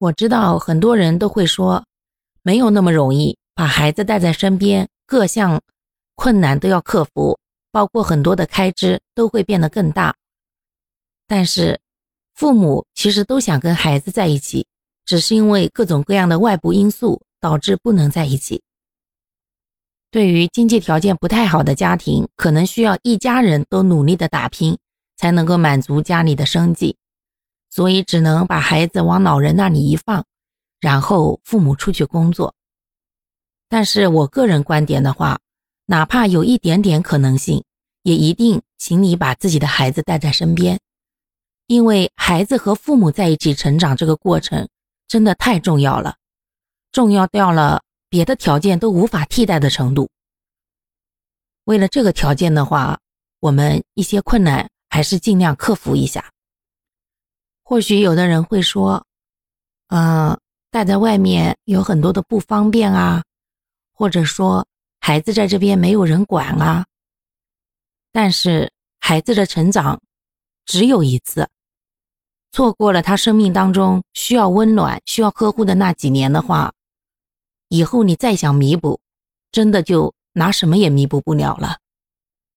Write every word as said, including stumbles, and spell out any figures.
我知道很多人都会说，没有那么容易，把孩子带在身边，各项困难都要克服，包括很多的开支都会变得更大。但是父母其实都想跟孩子在一起，只是因为各种各样的外部因素导致不能在一起。对于经济条件不太好的家庭，可能需要一家人都努力的打拼，才能够满足家里的生计，所以只能把孩子往老人那里一放，然后父母出去工作。但是我个人观点的话，哪怕有一点点可能性，也一定请你把自己的孩子带在身边，因为孩子和父母在一起成长这个过程真的太重要了，重要到了别的条件都无法替代的程度。为了这个条件的话，我们一些困难还是尽量克服一下。或许有的人会说，嗯，带在外面有很多的不方便啊，或者说孩子在这边没有人管啊。但是孩子的成长只有一次，错过了他生命当中需要温暖需要呵护的那几年的话，以后你再想弥补，真的就拿什么也弥补不了了。